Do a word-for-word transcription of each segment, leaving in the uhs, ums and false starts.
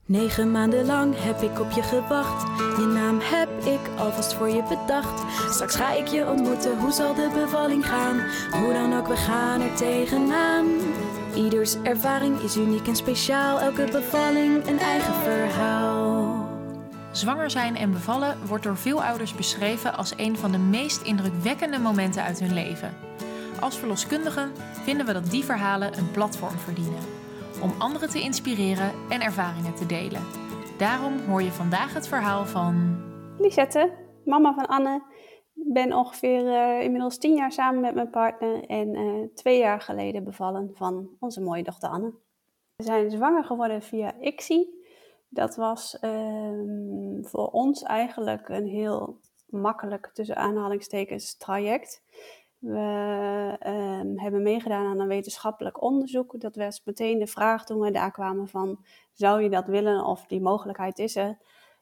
Negen maanden lang heb ik op je gewacht. Je naam heb ik alvast voor je bedacht. Straks ga ik je ontmoeten, hoe zal de bevalling gaan? Hoe dan ook, we gaan er tegenaan. Ieders ervaring is uniek en speciaal. Elke bevalling een eigen verhaal. Zwanger zijn en bevallen wordt door veel ouders beschreven als een van de meest indrukwekkende momenten uit hun leven. Als verloskundigen vinden we dat die verhalen een platform verdienen. Om anderen te inspireren en ervaringen te delen. Daarom hoor je vandaag het verhaal van... Lisette, mama van Anne. Ik ben ongeveer uh, inmiddels tien jaar samen met mijn partner en uh, twee jaar geleden bevallen van onze mooie dochter Anne. We zijn zwanger geworden via I C S I. Dat was uh, voor ons eigenlijk een heel makkelijk, tussen aanhalingstekens, traject. We uh, hebben meegedaan aan een wetenschappelijk onderzoek. Dat was meteen de vraag toen we daar kwamen van, zou je dat willen of die mogelijkheid is er?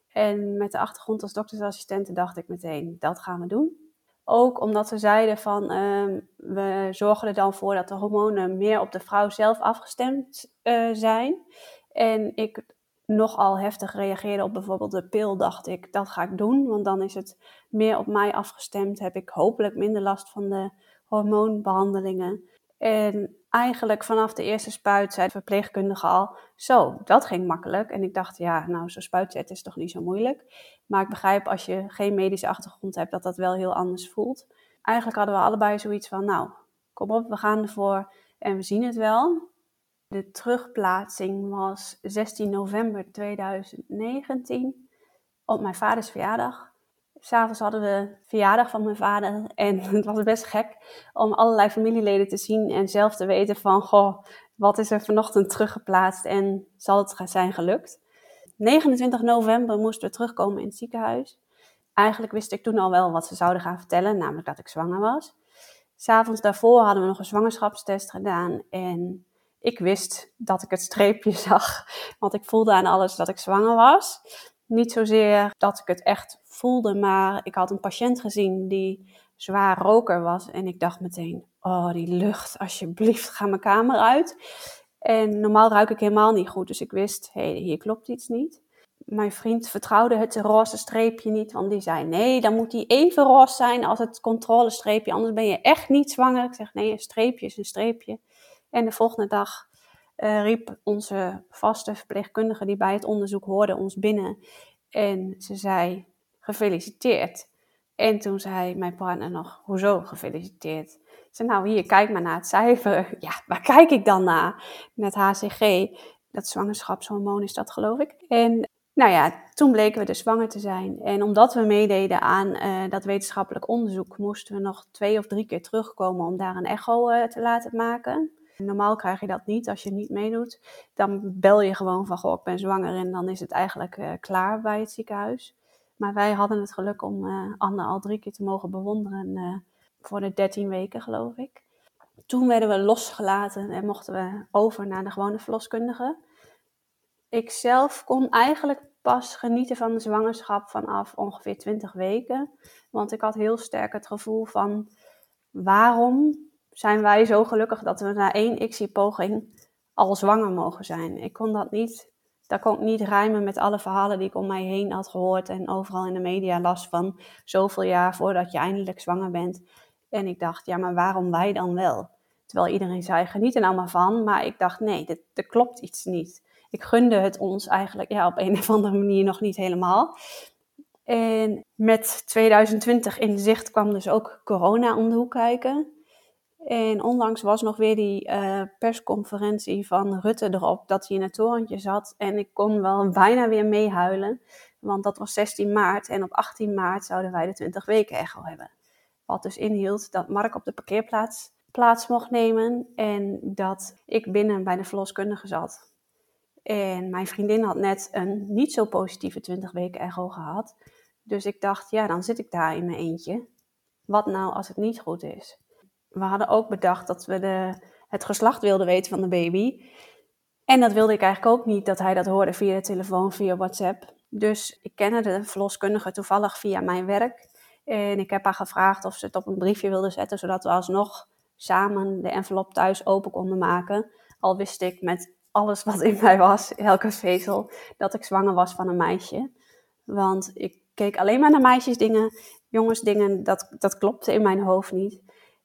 En met de achtergrond als doktersassistente dacht ik meteen, dat gaan we doen. Ook omdat ze zeiden van, uh, we zorgen er dan voor dat de hormonen meer op de vrouw zelf afgestemd uh, zijn. En ik nogal heftig reageerde op bijvoorbeeld de pil, dacht ik, dat ga ik doen. Want dan is het meer op mij afgestemd, heb ik hopelijk minder last van de hormoonbehandelingen. En eigenlijk vanaf de eerste spuit zei de verpleegkundige al, zo, dat ging makkelijk. En ik dacht, ja, nou, zo'n spuit zetten is toch niet zo moeilijk. Maar ik begrijp als je geen medische achtergrond hebt, dat dat wel heel anders voelt. Eigenlijk hadden we allebei zoiets van, nou, kom op, we gaan ervoor en we zien het wel. De terugplaatsing was zestien november tweeduizend negentien, op mijn vaders verjaardag. 'S Avonds hadden we verjaardag van mijn vader en het was best gek om allerlei familieleden te zien en zelf te weten van, goh, wat is er vanochtend teruggeplaatst en zal het zijn gelukt? negenentwintig november moesten we terugkomen in het ziekenhuis. Eigenlijk wist ik toen al wel wat ze zouden gaan vertellen, namelijk dat ik zwanger was. 'S Avonds daarvoor hadden we nog een zwangerschapstest gedaan en ik wist dat ik het streepje zag, want ik voelde aan alles dat ik zwanger was. Niet zozeer dat ik het echt voelde, maar ik had een patiënt gezien die zwaar roker was. En ik dacht meteen, oh die lucht, alsjeblieft, ga mijn kamer uit. En normaal ruik ik helemaal niet goed, dus ik wist, hé, hey, hier klopt iets niet. Mijn vriend vertrouwde het roze streepje niet, want die zei, nee, dan moet die even roze zijn als het controlestreepje, anders ben je echt niet zwanger. Ik zeg, nee, een streepje is een streepje. En de volgende dag uh, riep onze vaste verpleegkundige die bij het onderzoek hoorde ons binnen. En ze zei, gefeliciteerd. En toen zei mijn partner nog, hoezo gefeliciteerd? Ik zei, nou hier, kijk maar naar het cijfer. Ja, waar kijk ik dan naar? Met H C G, dat zwangerschapshormoon is dat geloof ik. En nou ja, toen bleken we dus zwanger te zijn. En omdat we meededen aan uh, dat wetenschappelijk onderzoek, moesten we nog twee of drie keer terugkomen om daar een echo uh, te laten maken. Normaal krijg je dat niet als je niet meedoet. Dan bel je gewoon van, goh, ik ben zwanger en dan is het eigenlijk uh, klaar bij het ziekenhuis. Maar wij hadden het geluk om uh, Anne al drie keer te mogen bewonderen uh, voor de dertien weken, geloof ik. Toen werden we losgelaten en mochten we over naar de gewone verloskundige. Ik zelf kon eigenlijk pas genieten van de zwangerschap vanaf ongeveer twintig weken. Want ik had heel sterk het gevoel van, waarom zijn wij zo gelukkig dat we na één I C S I-poging al zwanger mogen zijn? Ik kon dat niet, dat kon ik niet rijmen met alle verhalen die ik om mij heen had gehoord en overal in de media las van zoveel jaar voordat je eindelijk zwanger bent. En ik dacht, ja, maar waarom wij dan wel? Terwijl iedereen zei, geniet er nou maar van. Maar ik dacht, nee, dit, er klopt iets niet. Ik gunde het ons eigenlijk ja, op een of andere manier nog niet helemaal. En met tweeduizend twintig in zicht kwam dus ook corona om de hoek kijken. En onlangs was nog weer die uh, persconferentie van Rutte erop dat hij in het torentje zat. En ik kon wel bijna weer meehuilen, want dat was zestien maart. En op achttien maart zouden wij de twintig weken echo hebben. Wat dus inhield dat Mark op de parkeerplaats plaats mocht nemen en dat ik binnen bij de verloskundige zat. En mijn vriendin had net een niet zo positieve twintig weken echo gehad. Dus ik dacht, ja, dan zit ik daar in mijn eentje. Wat nou als het niet goed is? We hadden ook bedacht dat we de, het geslacht wilden weten van de baby. En dat wilde ik eigenlijk ook niet, dat hij dat hoorde via de telefoon, via WhatsApp. Dus ik kende de verloskundige toevallig via mijn werk. En ik heb haar gevraagd of ze het op een briefje wilde zetten, zodat we alsnog samen de envelop thuis open konden maken. Al wist ik met alles wat in mij was, elke vezel, dat ik zwanger was van een meisje. Want ik keek alleen maar naar meisjesdingen, jongensdingen, dat, dat klopte in mijn hoofd niet.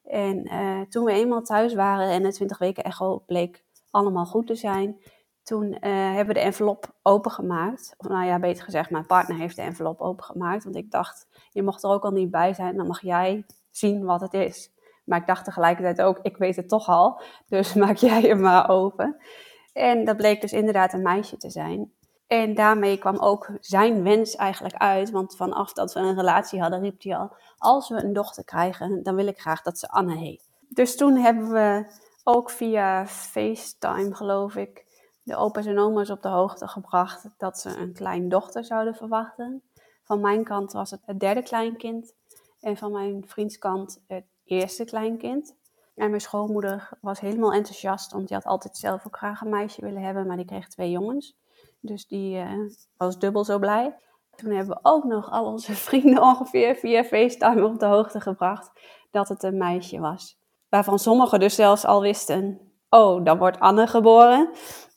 En uh, toen we eenmaal thuis waren en de twintig weken echo bleek allemaal goed te zijn, toen uh, hebben we de envelop opengemaakt. Of nou ja, beter gezegd, mijn partner heeft de envelop opengemaakt. Want ik dacht, je mocht er ook al niet bij zijn, dan mag jij zien wat het is. Maar ik dacht tegelijkertijd ook, ik weet het toch al, dus maak jij hem maar open. En dat bleek dus inderdaad een meisje te zijn. En daarmee kwam ook zijn wens eigenlijk uit. Want vanaf dat we een relatie hadden, riep hij al, als we een dochter krijgen, dan wil ik graag dat ze Anne heet. Dus toen hebben we ook via FaceTime, geloof ik, de opa's en oma's op de hoogte gebracht dat ze een kleindochter zouden verwachten. Van mijn kant was het het derde kleinkind. En van mijn vriendskant het eerste kleinkind. En mijn schoonmoeder was helemaal enthousiast, want die had altijd zelf ook graag een meisje willen hebben, maar die kreeg twee jongens. Dus die uh, was dubbel zo blij. Toen hebben we ook nog al onze vrienden ongeveer via FaceTime op de hoogte gebracht dat het een meisje was. Waarvan sommigen dus zelfs al wisten, oh, dan wordt Anne geboren.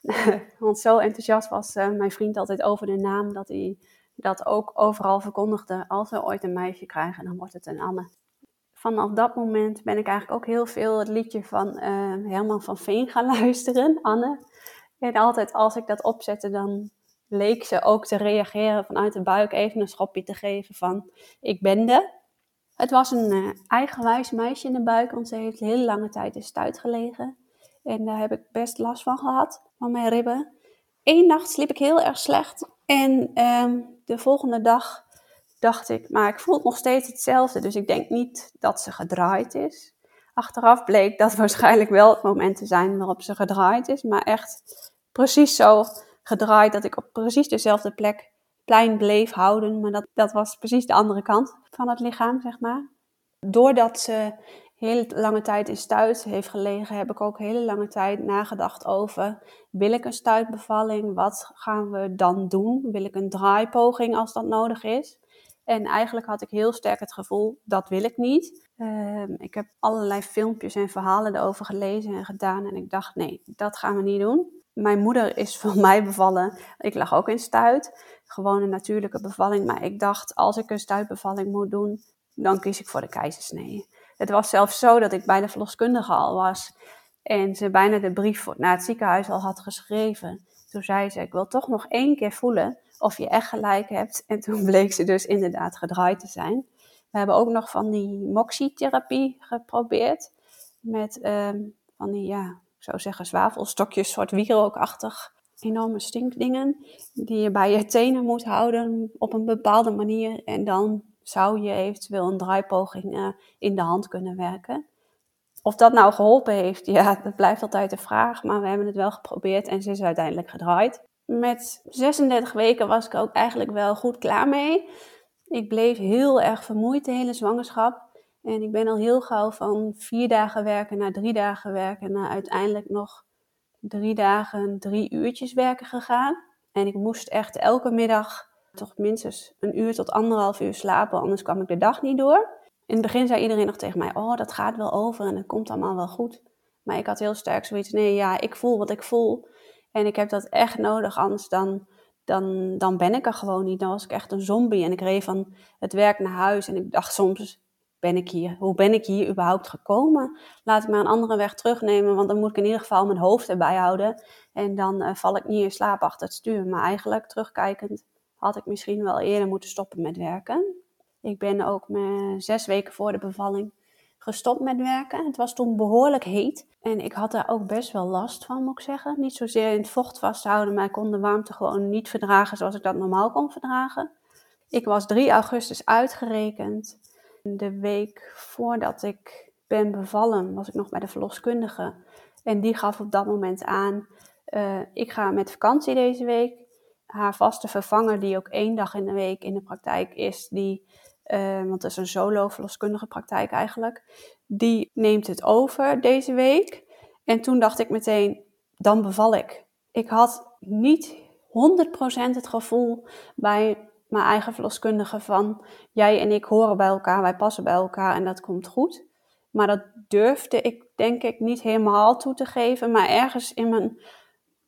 Want zo enthousiast was uh, mijn vriend altijd over de naam, dat hij dat ook overal verkondigde. Als we ooit een meisje krijgen, dan wordt het een Anne. Vanaf dat moment ben ik eigenlijk ook heel veel het liedje van uh, Herman van Veen gaan luisteren, Anne. En altijd als ik dat opzette, dan leek ze ook te reageren vanuit de buik, even een schopje te geven van, ik ben er. Het was een uh, eigenwijs meisje in de buik, want ze heeft een hele lange tijd in stuit gelegen. En daar heb ik best last van gehad, van mijn ribben. Eén nacht sliep ik heel erg slecht. En um, de volgende dag dacht ik, maar ik voel het nog steeds hetzelfde. Dus ik denk niet dat ze gedraaid is. Achteraf bleek dat waarschijnlijk wel het moment te zijn waarop ze gedraaid is. Maar echt precies zo gedraaid dat ik op precies dezelfde plek plein bleef houden. Maar dat, dat was precies de andere kant van het lichaam, zeg maar. Doordat ze heel lange tijd in stuit heeft gelegen, heb ik ook hele lange tijd nagedacht over, wil ik een stuitbevalling? Wat gaan we dan doen? Wil ik een draaipoging als dat nodig is? En eigenlijk had ik heel sterk het gevoel, dat wil ik niet. Uh, ik heb allerlei filmpjes en verhalen erover gelezen en gedaan. En ik dacht, nee, dat gaan we niet doen. Mijn moeder is van mij bevallen. Ik lag ook in stuit. Gewoon een natuurlijke bevalling. Maar ik dacht, als ik een stuitbevalling moet doen, dan kies ik voor de keizersnee. Het was zelfs zo dat ik bij de verloskundige al was. En ze bijna de brief naar het ziekenhuis al had geschreven. Toen zei ze, ik wil toch nog één keer voelen of je echt gelijk hebt. En toen bleek ze dus inderdaad gedraaid te zijn. We hebben ook nog van die moxietherapie geprobeerd. Met um, van die, ja, ik zou zeggen zwavelstokjes, soort wierookachtig, enorme stinkdingen. Die je bij je tenen moet houden op een bepaalde manier. En dan zou je eventueel een draaipoging uh, in de hand kunnen werken. Of dat nou geholpen heeft, ja, dat blijft altijd de vraag. Maar we hebben het wel geprobeerd en ze is uiteindelijk gedraaid. Met zesendertig weken was ik ook eigenlijk wel goed klaar mee. Ik bleef heel erg vermoeid de hele zwangerschap. En ik ben al heel gauw van vier dagen werken naar drie dagen werken. Naar uiteindelijk nog drie dagen, drie uurtjes werken gegaan. En ik moest echt elke middag toch minstens een uur tot anderhalf uur slapen. Anders kwam ik de dag niet door. In het begin zei iedereen nog tegen mij, oh, dat gaat wel over en het komt allemaal wel goed. Maar ik had heel sterk zoiets, nee, ja, ik voel wat ik voel. En ik heb dat echt nodig, anders dan, dan, dan ben ik er gewoon niet. Dan was ik echt een zombie en ik reed van het werk naar huis. En ik dacht soms, ben ik hier? Hoe ben ik hier überhaupt gekomen? Laat ik maar een andere weg terugnemen, want dan moet ik in ieder geval mijn hoofd erbij houden. En dan uh, val ik niet in slaap achter het stuur. Maar eigenlijk, terugkijkend, had ik misschien wel eerder moeten stoppen met werken. Ik ben ook met zes weken voor de bevalling gestopt met werken. Het was toen behoorlijk heet. En ik had daar ook best wel last van, moet ik zeggen. Niet zozeer in het vocht vasthouden, maar ik kon de warmte gewoon niet verdragen zoals ik dat normaal kon verdragen. Ik was drie augustus uitgerekend. De week voordat ik ben bevallen was ik nog bij de verloskundige. En die gaf op dat moment aan, uh, ik ga met vakantie deze week. Haar vaste vervanger, die ook één dag in de week in de praktijk is, die... Uh, want het is een solo verloskundige praktijk eigenlijk. Die neemt het over deze week. En toen dacht ik meteen, dan beval ik. Ik had niet honderd procent het gevoel bij mijn eigen verloskundige van, jij en ik horen bij elkaar, wij passen bij elkaar en dat komt goed. Maar dat durfde ik denk ik niet helemaal toe te geven. Maar ergens in mijn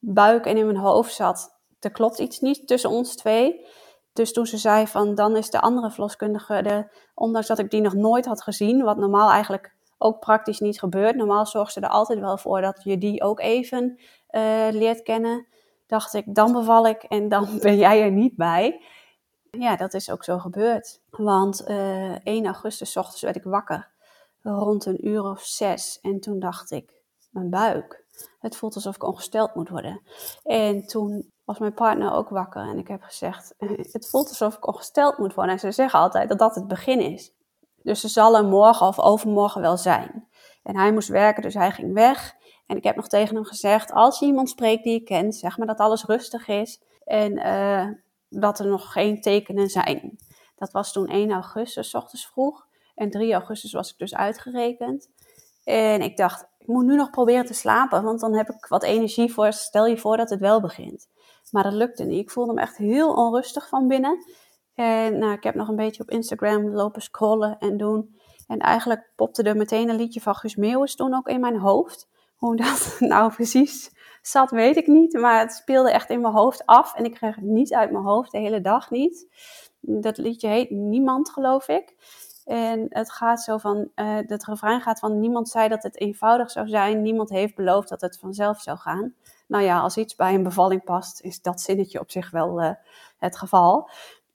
buik en in mijn hoofd zat, er klopt iets niet tussen ons twee. Dus toen ze zei van, dan is de andere verloskundige, de, ondanks dat ik die nog nooit had gezien, wat normaal eigenlijk ook praktisch niet gebeurt. Normaal zorgt ze er altijd wel voor dat je die ook even uh, leert kennen. Dacht ik, dan beval ik en dan ben jij er niet bij. Ja, dat is ook zo gebeurd. Want uh, één augustus 's ochtends werd ik wakker. Rond een uur of zes. En toen dacht ik, mijn buik. Het voelt alsof ik ongesteld moet worden. En toen was mijn partner ook wakker. En ik heb gezegd, het voelt alsof ik ongesteld moet worden. En ze zeggen altijd dat dat het begin is. Dus ze zal er morgen of overmorgen wel zijn. En hij moest werken, dus hij ging weg. En ik heb nog tegen hem gezegd, als je iemand spreekt die je kent, zeg maar dat alles rustig is. En uh, dat er nog geen tekenen zijn. Dat was toen één augustus, 's ochtends vroeg. En drie augustus was ik dus uitgerekend. En ik dacht, ik moet nu nog proberen te slapen, want dan heb ik wat energie voor. Stel je voor dat het wel begint. Maar dat lukte niet. Ik voelde me echt heel onrustig van binnen. En nou, ik heb nog een beetje op Instagram lopen scrollen en doen. En eigenlijk popte er meteen een liedje van Guus Meeuwis toen ook in mijn hoofd. Hoe dat nou precies zat, weet ik niet. Maar het speelde echt in mijn hoofd af. En ik kreeg het niet uit mijn hoofd, de hele dag niet. Dat liedje heet Niemand, geloof ik. En het gaat zo van, uh, het refrein gaat van, niemand zei dat het eenvoudig zou zijn. Niemand heeft beloofd dat het vanzelf zou gaan. Nou ja, als iets bij een bevalling past, is dat zinnetje op zich wel uh, het geval.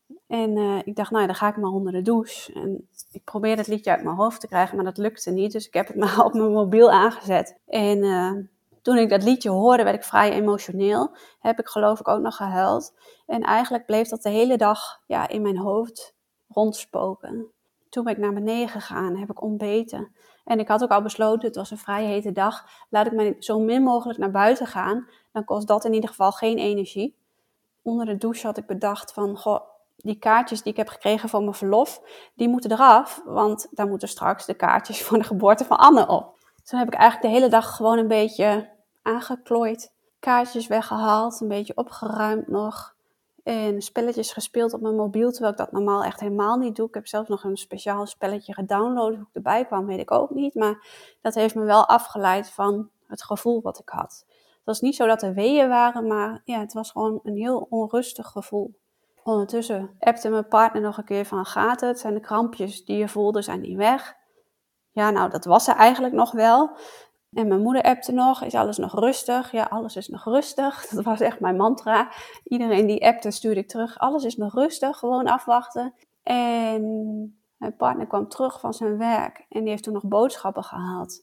En uh, ik dacht, nou ja, dan ga ik maar onder de douche. En ik probeerde het liedje uit mijn hoofd te krijgen, maar dat lukte niet. Dus ik heb het maar op mijn mobiel aangezet. En uh, toen ik dat liedje hoorde, werd ik vrij emotioneel. Heb ik geloof ik ook nog gehuild. En eigenlijk bleef dat de hele dag ja, in mijn hoofd rondspoken. Toen ben ik naar beneden gegaan, heb ik ontbeten. En ik had ook al besloten, het was een vrij hete dag. Laat ik maar zo min mogelijk naar buiten gaan. Dan kost dat in ieder geval geen energie. Onder de douche had ik bedacht van, goh, die kaartjes die ik heb gekregen voor mijn verlof, die moeten eraf. Want daar moeten straks de kaartjes voor de geboorte van Anne op. Toen heb ik eigenlijk de hele dag gewoon een beetje aangeklooid. Kaartjes weggehaald, een beetje opgeruimd nog. En spelletjes gespeeld op mijn mobiel, terwijl ik dat normaal echt helemaal niet doe. Ik heb zelfs nog een speciaal spelletje gedownload. Hoe ik erbij kwam, weet ik ook niet. Maar dat heeft me wel afgeleid van het gevoel wat ik had. Het was niet zo dat er weeën waren, maar ja, het was gewoon een heel onrustig gevoel. Ondertussen appte mijn partner nog een keer van, gaat het? Zijn de krampjes die je voelde, zijn die weg? Ja, nou, dat was er eigenlijk nog wel. En mijn moeder appte nog, is alles nog rustig? Ja, alles is nog rustig. Dat was echt mijn mantra. Iedereen die appte, stuurde ik terug. Alles is nog rustig, gewoon afwachten. En mijn partner kwam terug van zijn werk en die heeft toen nog boodschappen gehaald.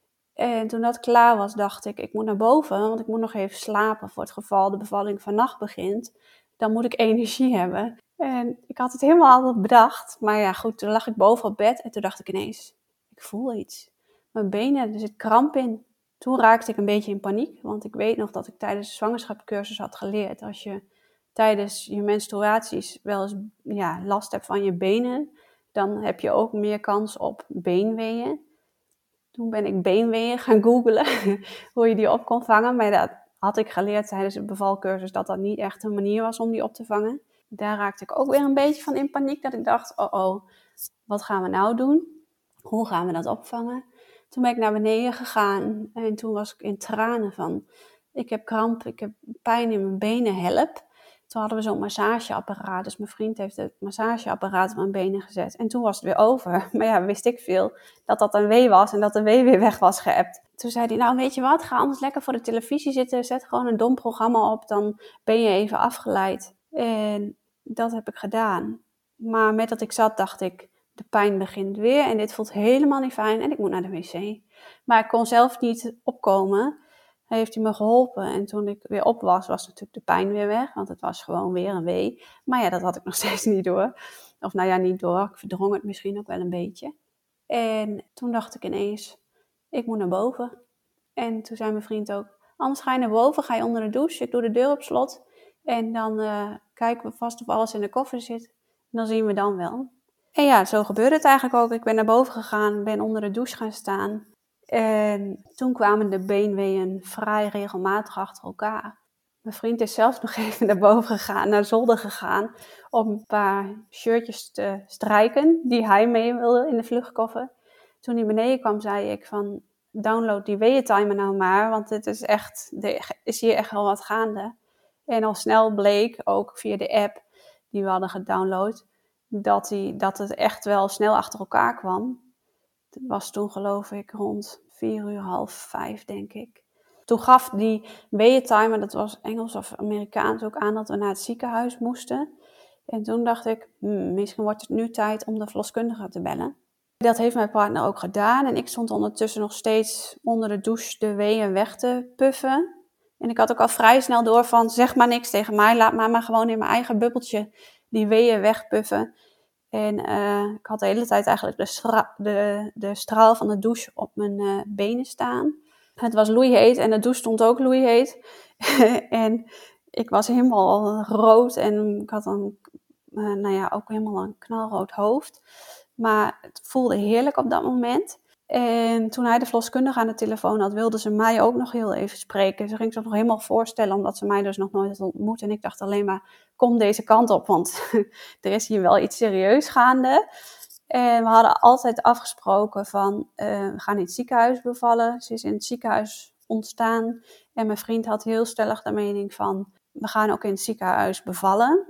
En toen dat klaar was, dacht ik, ik moet naar boven, want ik moet nog even slapen voor het geval de bevalling vannacht begint. Dan moet ik energie hebben. En ik had het helemaal al bedacht. Maar ja, goed, toen lag ik boven op bed en toen dacht ik ineens, ik voel iets. Mijn benen, er zit kramp in. Toen raakte ik een beetje in paniek, want ik weet nog dat ik tijdens de zwangerschapscursus had geleerd. Als je tijdens je menstruaties wel eens ja, last hebt van je benen, dan heb je ook meer kans op beenweeën. Toen ben ik beenweeën gaan googlen, hoe je die op kon vangen. Maar dat had ik geleerd tijdens de bevalcursus dat dat niet echt een manier was om die op te vangen. Daar raakte ik ook weer een beetje van in paniek, dat ik dacht, oh oh, wat gaan we nou doen? Hoe gaan we dat opvangen? Toen ben ik naar beneden gegaan en toen was ik in tranen van, ik heb kramp, ik heb pijn in mijn benen, help. Toen hadden we zo'n massageapparaat, dus mijn vriend heeft het massageapparaat op mijn benen gezet. En toen was het weer over. Maar ja, wist ik veel dat dat een wee was en dat de wee weer weg was geëpt. Toen zei hij, nou weet je wat, ga anders lekker voor de televisie zitten, zet gewoon een dom programma op, dan ben je even afgeleid. En dat heb ik gedaan. Maar met dat ik zat, dacht ik, de pijn begint weer en dit voelt helemaal niet fijn en ik moet naar de wc. Maar ik kon zelf niet opkomen. Hij heeft hij me geholpen en toen ik weer op was, was natuurlijk de pijn weer weg. Want het was gewoon weer een wee. Maar ja, dat had ik nog steeds niet door. Of nou ja, niet door. Ik verdrong het misschien ook wel een beetje. En toen dacht ik ineens, ik moet naar boven. En toen zei mijn vriend ook, anders ga je naar boven, ga je onder de douche. Ik doe de deur op slot. En dan uh, kijken we vast of alles in de koffer zit. En dan zien we dan wel. En ja, zo gebeurde het eigenlijk ook. Ik ben naar boven gegaan, ben onder de douche gaan staan. En toen kwamen de beenweeën vrij regelmatig achter elkaar. Mijn vriend is zelfs nog even naar boven gegaan, naar zolder gegaan, om een paar shirtjes te strijken die hij mee wilde in de vluchtkoffer. Toen hij beneden kwam, zei ik van, download die weeëntimer nou maar, want het is echt, er is hier echt wel wat gaande. En al snel bleek, ook via de app die we hadden gedownload, dat, die, dat het echt wel snel achter elkaar kwam. Het was toen geloof ik rond vier uur, half vijf denk ik. Toen gaf die weeëntimer, dat was Engels of Amerikaans, ook aan dat we naar het ziekenhuis moesten. En toen dacht ik, hmm, misschien wordt het nu tijd om de verloskundige te bellen. Dat heeft mijn partner ook gedaan. En ik stond ondertussen nog steeds onder de douche de weeën weg te puffen. En ik had ook al vrij snel door van, zeg maar niks tegen mij. Laat maar maar gewoon in mijn eigen bubbeltje die weeën wegpuffen. En uh, ik had de hele tijd eigenlijk de, stra- de, de straal van de douche op mijn uh, benen staan. Het was loeiheet en de douche stond ook loeiheet. En ik was helemaal rood en ik had een, uh, nou ja, ook helemaal een knalrood hoofd. Maar het voelde heerlijk op dat moment. En toen hij de verloskundige aan de telefoon had, wilde ze mij ook nog heel even spreken. Ze ging zich nog helemaal voorstellen, omdat ze mij dus nog nooit had ontmoet. En ik dacht alleen maar, kom deze kant op, want er is hier wel iets serieus gaande. En we hadden altijd afgesproken van, uh, we gaan in het ziekenhuis bevallen. Ze is in het ziekenhuis ontstaan. En mijn vriend had heel stellig de mening van, we gaan ook in het ziekenhuis bevallen.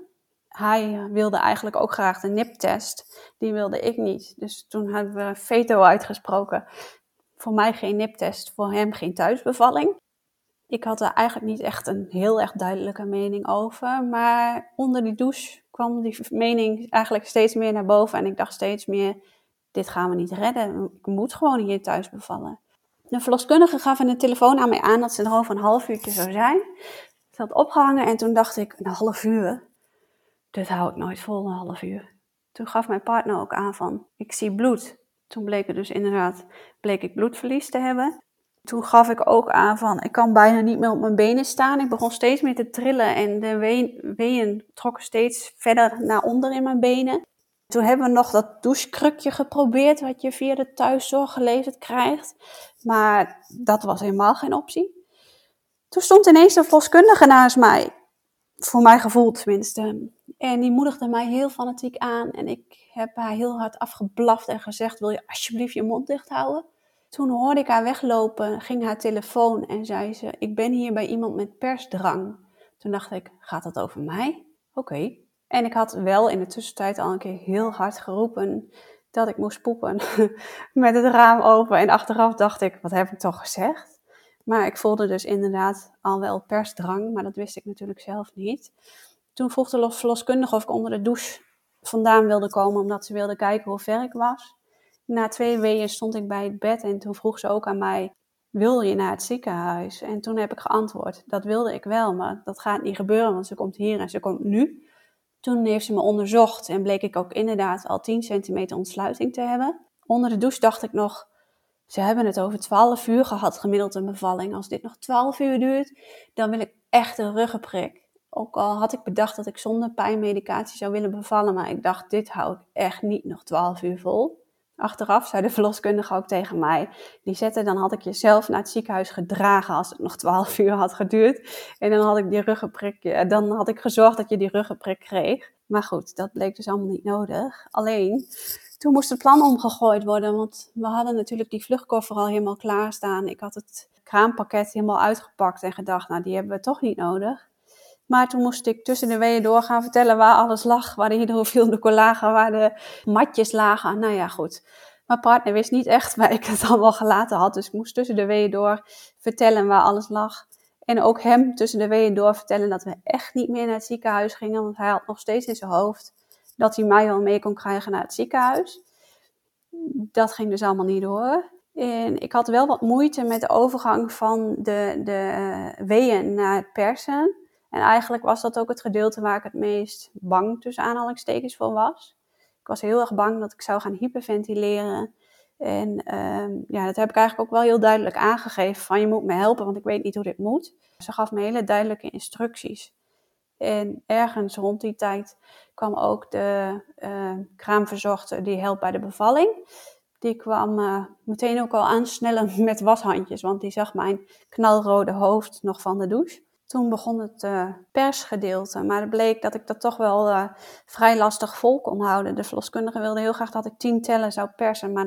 Hij wilde eigenlijk ook graag de niptest. Die wilde ik niet. Dus toen hebben we een veto uitgesproken. Voor mij geen niptest, voor hem geen thuisbevalling. Ik had er eigenlijk niet echt een heel erg duidelijke mening over. Maar onder die douche kwam die mening eigenlijk steeds meer naar boven. En ik dacht steeds meer, dit gaan we niet redden. Ik moet gewoon hier thuis bevallen. De verloskundige gaf in de telefoon aan mij aan dat ze er over een half uurtje zou zijn. Ze had opgehangen en toen dacht ik, een half uur? Dit hou ik nooit vol, een half uur. Toen gaf mijn partner ook aan van, ik zie bloed. Toen bleek het dus inderdaad, bleek ik bloedverlies te hebben. Toen gaf ik ook aan van, ik kan bijna niet meer op mijn benen staan. Ik begon steeds meer te trillen en de ween, weeën trokken steeds verder naar onder in mijn benen. Toen hebben we nog dat douchekrukje geprobeerd, wat je via de thuiszorg geleverd krijgt. Maar dat was helemaal geen optie. Toen stond ineens een verloskundige naast mij. Voor mijn gevoel tenminste. En die moedigde mij heel fanatiek aan. En ik heb haar heel hard afgeblaft en gezegd, wil je alsjeblieft je mond dicht houden? Toen hoorde ik haar weglopen, ging haar telefoon en zei ze, ik ben hier bij iemand met persdrang. Toen dacht ik, gaat dat over mij? Oké. Okay. En ik had wel in de tussentijd al een keer heel hard geroepen dat ik moest poepen met het raam open. En achteraf dacht ik, wat heb ik toch gezegd? Maar ik voelde dus inderdaad al wel persdrang, maar dat wist ik natuurlijk zelf niet. Toen vroeg de verloskundige of ik onder de douche vandaan wilde komen, omdat ze wilde kijken hoe ver ik was. Na twee weeën stond ik bij het bed en toen vroeg ze ook aan mij, wil je naar het ziekenhuis? En toen heb ik geantwoord, dat wilde ik wel, maar dat gaat niet gebeuren, want ze komt hier en ze komt nu. Toen heeft ze me onderzocht en bleek ik ook inderdaad al tien centimeter ontsluiting te hebben. Onder de douche dacht ik nog, ze hebben het over twaalf uur gehad, gemiddeld een bevalling. Als dit nog twaalf uur duurt, dan wil ik echt een ruggenprik. Ook al had ik bedacht dat ik zonder pijnmedicatie zou willen bevallen, maar ik dacht, dit hou ik echt niet nog twaalf uur vol. Achteraf zei de verloskundige ook tegen mij, die zette, dan had ik jezelf naar het ziekenhuis gedragen als het nog twaalf uur had geduurd. En dan had ik die ruggenprik, dan had ik gezorgd dat je die ruggenprik kreeg. Maar goed, dat bleek dus allemaal niet nodig. Alleen, toen moest het plan omgegooid worden, want we hadden natuurlijk die vluchtkoffer al helemaal klaarstaan. Ik had het kraampakket helemaal uitgepakt en gedacht, nou die hebben we toch niet nodig. Maar toen moest ik tussen de weeën door gaan vertellen waar alles lag, waar de hydrofieldoeken lagen, waar de matjes lagen. Nou ja, goed. Mijn partner wist niet echt waar ik het allemaal gelaten had, dus ik moest tussen de weeën door vertellen waar alles lag. En ook hem tussen de weeën door vertellen dat we echt niet meer naar het ziekenhuis gingen, want hij had nog steeds in zijn hoofd dat hij mij wel mee kon krijgen naar het ziekenhuis. Dat ging dus allemaal niet door. En ik had wel wat moeite met de overgang van de, de weeën naar het persen. En eigenlijk was dat ook het gedeelte waar ik het meest bang tussen aanhalingstekens voor was. Ik was heel erg bang dat ik zou gaan hyperventileren. En uh, ja, dat heb ik eigenlijk ook wel heel duidelijk aangegeven. Van je moet me helpen, want ik weet niet hoe dit moet. Ze gaf me hele duidelijke instructies. En ergens rond die tijd kwam ook de uh, kraamverzorgster die helpt bij de bevalling. Die kwam uh, meteen ook al aansnellen met washandjes, want die zag mijn knalrode hoofd nog van de douche. Toen begon het uh, persgedeelte, maar het bleek dat ik dat toch wel uh, vrij lastig vol kon houden. De verloskundige wilde heel graag dat ik tien tellen zou persen, maar dat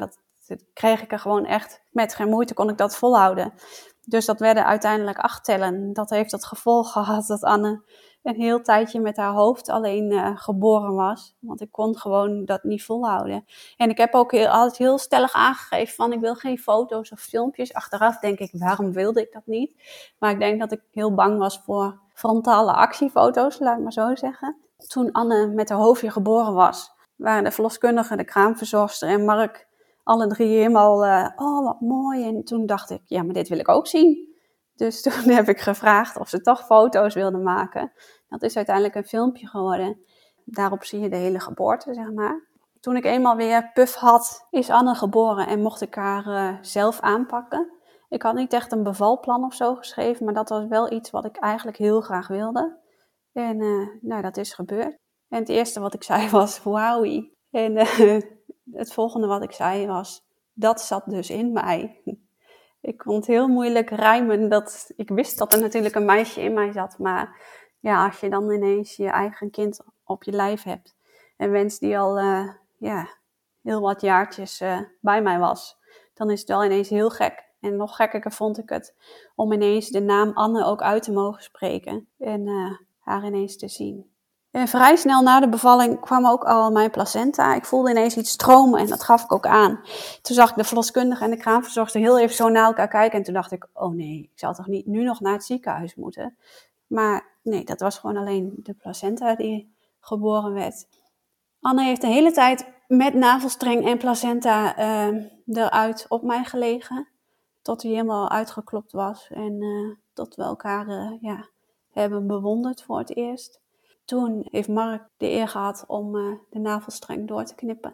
Dat kreeg ik er gewoon echt, met geen moeite kon ik dat volhouden. Dus dat werden uiteindelijk acht tellen. Dat heeft het gevolg gehad dat Anne een heel tijdje met haar hoofd alleen uh, geboren was. Want ik kon gewoon dat niet volhouden. En ik heb ook heel, altijd heel stellig aangegeven van ik wil geen foto's of filmpjes. Achteraf denk ik, waarom wilde ik dat niet? Maar ik denk dat ik heel bang was voor frontale actiefoto's, laat ik maar zo zeggen. Toen Anne met haar hoofdje geboren was, waren de verloskundige, de kraamverzorgster en Mark alle drie helemaal, uh, oh wat mooi. En toen dacht ik, ja, maar dit wil ik ook zien. Dus toen heb ik gevraagd of ze toch foto's wilden maken. Dat is uiteindelijk een filmpje geworden. Daarop zie je de hele geboorte, zeg maar. Toen ik eenmaal weer puf had, is Anne geboren en mocht ik haar uh, zelf aanpakken. Ik had niet echt een bevalplan of zo geschreven, maar dat was wel iets wat ik eigenlijk heel graag wilde. En uh, nou, dat is gebeurd. En het eerste wat ik zei was, wauwie. En uh, het volgende wat ik zei was, dat zat dus in mij. Ik vond het heel moeilijk rijmen. Dat, ik wist dat er natuurlijk een meisje in mij zat. Maar ja, als je dan ineens je eigen kind op je lijf hebt. Een wens die al uh, ja, heel wat jaartjes uh, bij mij was. Dan is het wel ineens heel gek. En nog gekker vond ik het om ineens de naam Anne ook uit te mogen spreken. En uh, haar ineens te zien. En vrij snel na de bevalling kwam ook al mijn placenta. Ik voelde ineens iets stromen en dat gaf ik ook aan. Toen zag ik de verloskundige en de kraamverzorgster heel even zo naar elkaar kijken. En toen dacht ik, oh nee, ik zou toch niet nu nog naar het ziekenhuis moeten. Maar nee, dat was gewoon alleen de placenta die geboren werd. Anne heeft de hele tijd met navelstreng en placenta uh, eruit op mij gelegen. Tot hij helemaal uitgeklopt was. En uh, tot we elkaar uh, ja, hebben bewonderd voor het eerst. Toen heeft Mark de eer gehad om uh, de navelstreng door te knippen.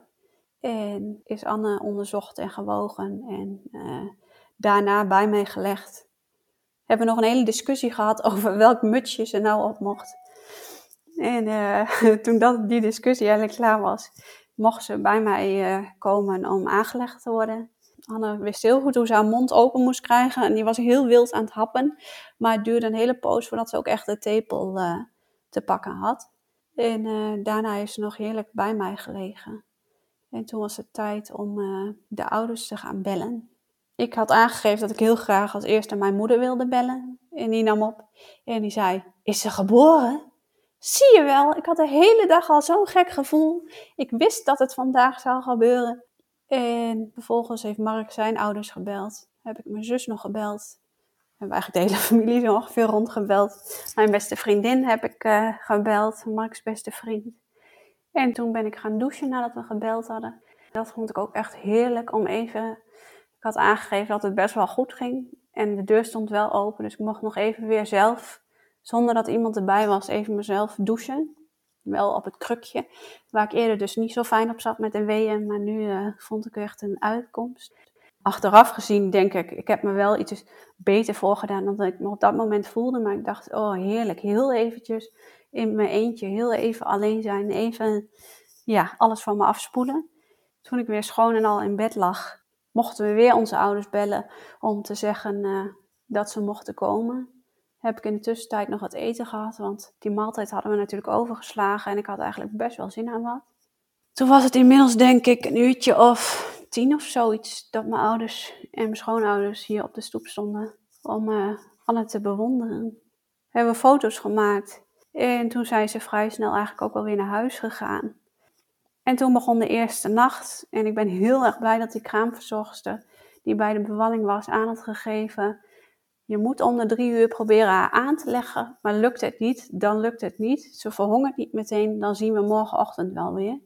En is Anne onderzocht en gewogen en uh, daarna bij mij gelegd. Hebben we nog een hele discussie gehad over welk mutsje ze nou op mocht. En uh, toen dat, die discussie eigenlijk klaar was, mocht ze bij mij uh, komen om aangelegd te worden. Anne wist heel goed hoe ze haar mond open moest krijgen en die was heel wild aan het happen. Maar het duurde een hele poos voordat ze ook echt de tepel uh, te pakken had. En uh, daarna heeft ze nog heerlijk bij mij gelegen. En toen was het tijd om uh, de ouders te gaan bellen. Ik had aangegeven dat ik heel graag als eerste mijn moeder wilde bellen. En die nam op en die zei, is ze geboren? Zie je wel, ik had de hele dag al zo'n gek gevoel. Ik wist dat het vandaag zou gebeuren. En vervolgens heeft Mark zijn ouders gebeld. Heb ik mijn zus nog gebeld. We hebben eigenlijk de hele familie zo ongeveer rondgebeld. Mijn beste vriendin heb ik uh, gebeld, Marks beste vriend. En toen ben ik gaan douchen nadat we gebeld hadden. Dat vond ik ook echt heerlijk om even... Ik had aangegeven dat het best wel goed ging. En de deur stond wel open, dus ik mocht nog even weer zelf, zonder dat iemand erbij was, even mezelf douchen. Wel op het krukje, waar ik eerder dus niet zo fijn op zat met de weeën. Maar nu uh, vond ik echt een uitkomst. Achteraf gezien denk ik, ik heb me wel iets beter voorgedaan dan ik me op dat moment voelde. Maar ik dacht, oh heerlijk, heel eventjes in mijn eentje, heel even alleen zijn. Even, ja, alles van me afspoelen. Toen ik weer schoon en al in bed lag, mochten we weer onze ouders bellen om te zeggen uh, dat ze mochten komen. Heb ik in de tussentijd nog wat eten gehad, want die maaltijd hadden we natuurlijk overgeslagen en ik had eigenlijk best wel zin aan wat. Toen was het inmiddels denk ik een uurtje of tien of zoiets dat mijn ouders en mijn schoonouders hier op de stoep stonden om uh, Anne te bewonderen. We hebben foto's gemaakt en toen zijn ze vrij snel eigenlijk ook wel weer naar huis gegaan. En toen begon de eerste nacht en ik ben heel erg blij dat die kraamverzorgster die bij de bevalling was aan had gegeven: je moet om de drie uur proberen haar aan te leggen, maar lukt het niet, dan lukt het niet. Ze verhongert niet meteen, dan zien we morgenochtend wel weer.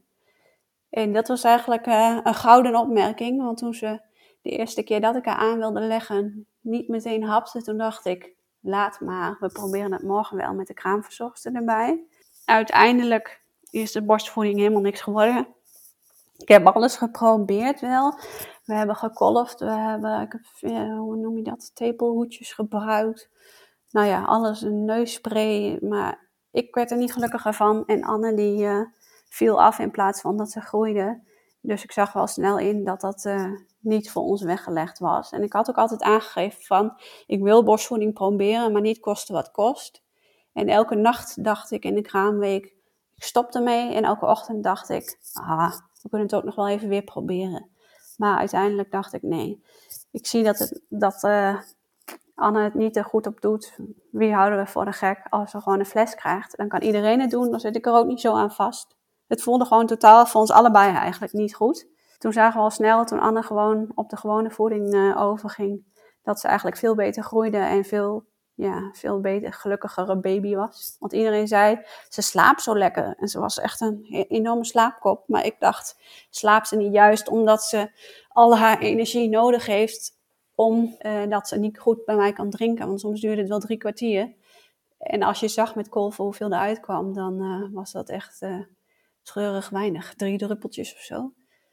En dat was eigenlijk uh, een gouden opmerking, want toen ze de eerste keer dat ik haar aan wilde leggen niet meteen hapte, toen dacht ik, laat maar, we proberen het morgen wel met de kraamverzorgster erbij. Uiteindelijk is de borstvoeding helemaal niks geworden. Ik heb alles geprobeerd wel. We hebben gekolfd, we hebben, ik heb, uh, hoe noem je dat, tepelhoedjes gebruikt. Nou ja, alles, een neusspray, maar ik werd er niet gelukkiger van. En Anne die uh, viel af in plaats van dat ze groeide. Dus ik zag wel snel in dat dat uh, niet voor ons weggelegd was. En ik had ook altijd aangegeven van, ik wil borstvoeding proberen, maar niet kosten wat kost. En elke nacht dacht ik in de kraamweek, ik stop ermee. En elke ochtend dacht ik, ah, we kunnen het ook nog wel even weer proberen. Maar uiteindelijk dacht ik, nee, ik zie dat, het, dat uh, Anne het niet er goed op doet. Wie houden we voor de gek? Als ze gewoon een fles krijgt, dan kan iedereen het doen. Dan zit ik er ook niet zo aan vast. Het voelde gewoon totaal voor ons allebei eigenlijk niet goed. Toen zagen we al snel, toen Anne gewoon op de gewone voeding uh, overging, dat ze eigenlijk veel beter groeide en veel, ja, veel beter, gelukkigere baby was. Want iedereen zei, ze slaapt zo lekker. En ze was echt een enorme slaapkop. Maar ik dacht, slaapt ze niet juist omdat ze al haar energie nodig heeft om uh, dat ze niet goed bij mij kan drinken. Want soms duurde het wel drie kwartier. En als je zag met kolven hoeveel eruit kwam, dan uh, was dat echt uh, treurig weinig. Drie druppeltjes of zo.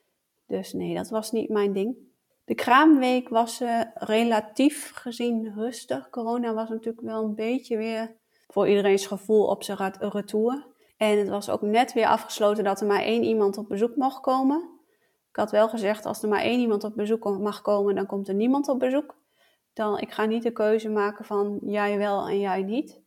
Dus nee, dat was niet mijn ding. De kraamweek was uh, relatief gezien rustig. Corona was natuurlijk wel een beetje weer voor iedereen's gevoel op zijn retour. En het was ook net weer afgesloten dat er maar één iemand op bezoek mocht komen. Ik had wel gezegd, als er maar één iemand op bezoek mag komen, dan komt er niemand op bezoek. Dan, ik ga niet de keuze maken van jij wel en jij niet.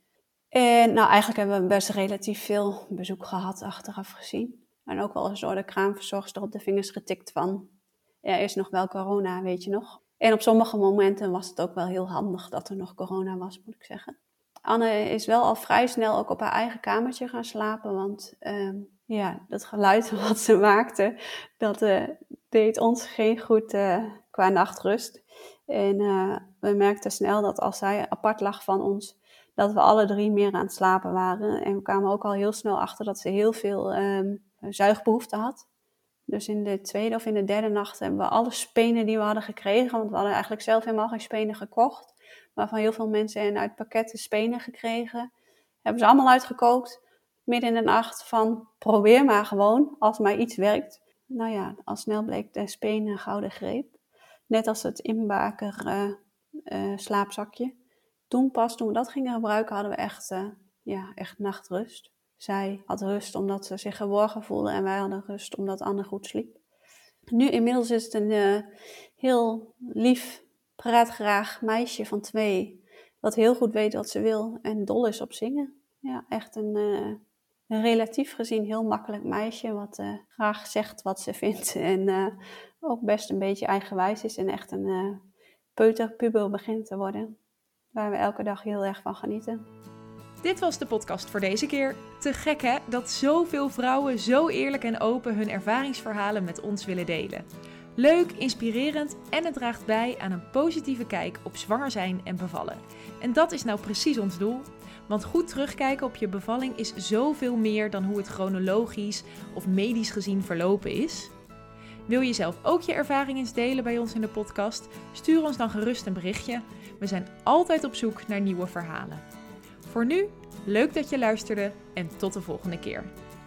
En nou, eigenlijk hebben we best relatief veel bezoek gehad, achteraf gezien. En ook wel eens door de kraamverzorgster op de vingers getikt van, er is nog wel corona, weet je nog. En op sommige momenten was het ook wel heel handig dat er nog corona was, moet ik zeggen. Anne is wel al vrij snel ook op haar eigen kamertje gaan slapen, want uh, ja, dat geluid wat ze maakte, dat uh, deed ons geen goed uh, qua nachtrust. En uh, we merkten snel dat als zij apart lag van ons, dat we alle drie meer aan het slapen waren. En we kwamen ook al heel snel achter dat ze heel veel um, zuigbehoefte had. Dus in de tweede of in de derde nacht hebben we alle spenen die we hadden gekregen, want we hadden eigenlijk zelf helemaal geen spenen gekocht, maar van heel veel mensen uit pakketten spenen gekregen. Hebben ze allemaal uitgekookt, midden in de nacht, van probeer maar gewoon, als maar iets werkt. Nou ja, al snel bleek de spenen een gouden greep. Net als het inbaker uh, uh, slaapzakje. Toen pas, toen we dat gingen gebruiken, hadden we echt, uh, ja, echt nachtrust. Zij had rust omdat ze zich geborgen voelde en wij hadden rust omdat Anne goed sliep. Nu inmiddels is het een uh, heel lief, praatgraag meisje van twee, dat heel goed weet wat ze wil en dol is op zingen. Ja, echt een, uh, een relatief gezien heel makkelijk meisje, wat uh, graag zegt wat ze vindt en uh, ook best een beetje eigenwijs is en echt een uh, peuterpuber begint te worden, waar we elke dag heel erg van genieten. Dit was de podcast voor deze keer. Te gek hè, dat zoveel vrouwen zo eerlijk en open hun ervaringsverhalen met ons willen delen. Leuk, inspirerend en het draagt bij aan een positieve kijk op zwanger zijn en bevallen. En dat is nou precies ons doel. Want goed terugkijken op je bevalling is zoveel meer dan hoe het chronologisch of medisch gezien verlopen is. Wil je zelf ook je ervaring eens delen bij ons in de podcast? Stuur ons dan gerust een berichtje. We zijn altijd op zoek naar nieuwe verhalen. Voor nu, leuk dat je luisterde en tot de volgende keer.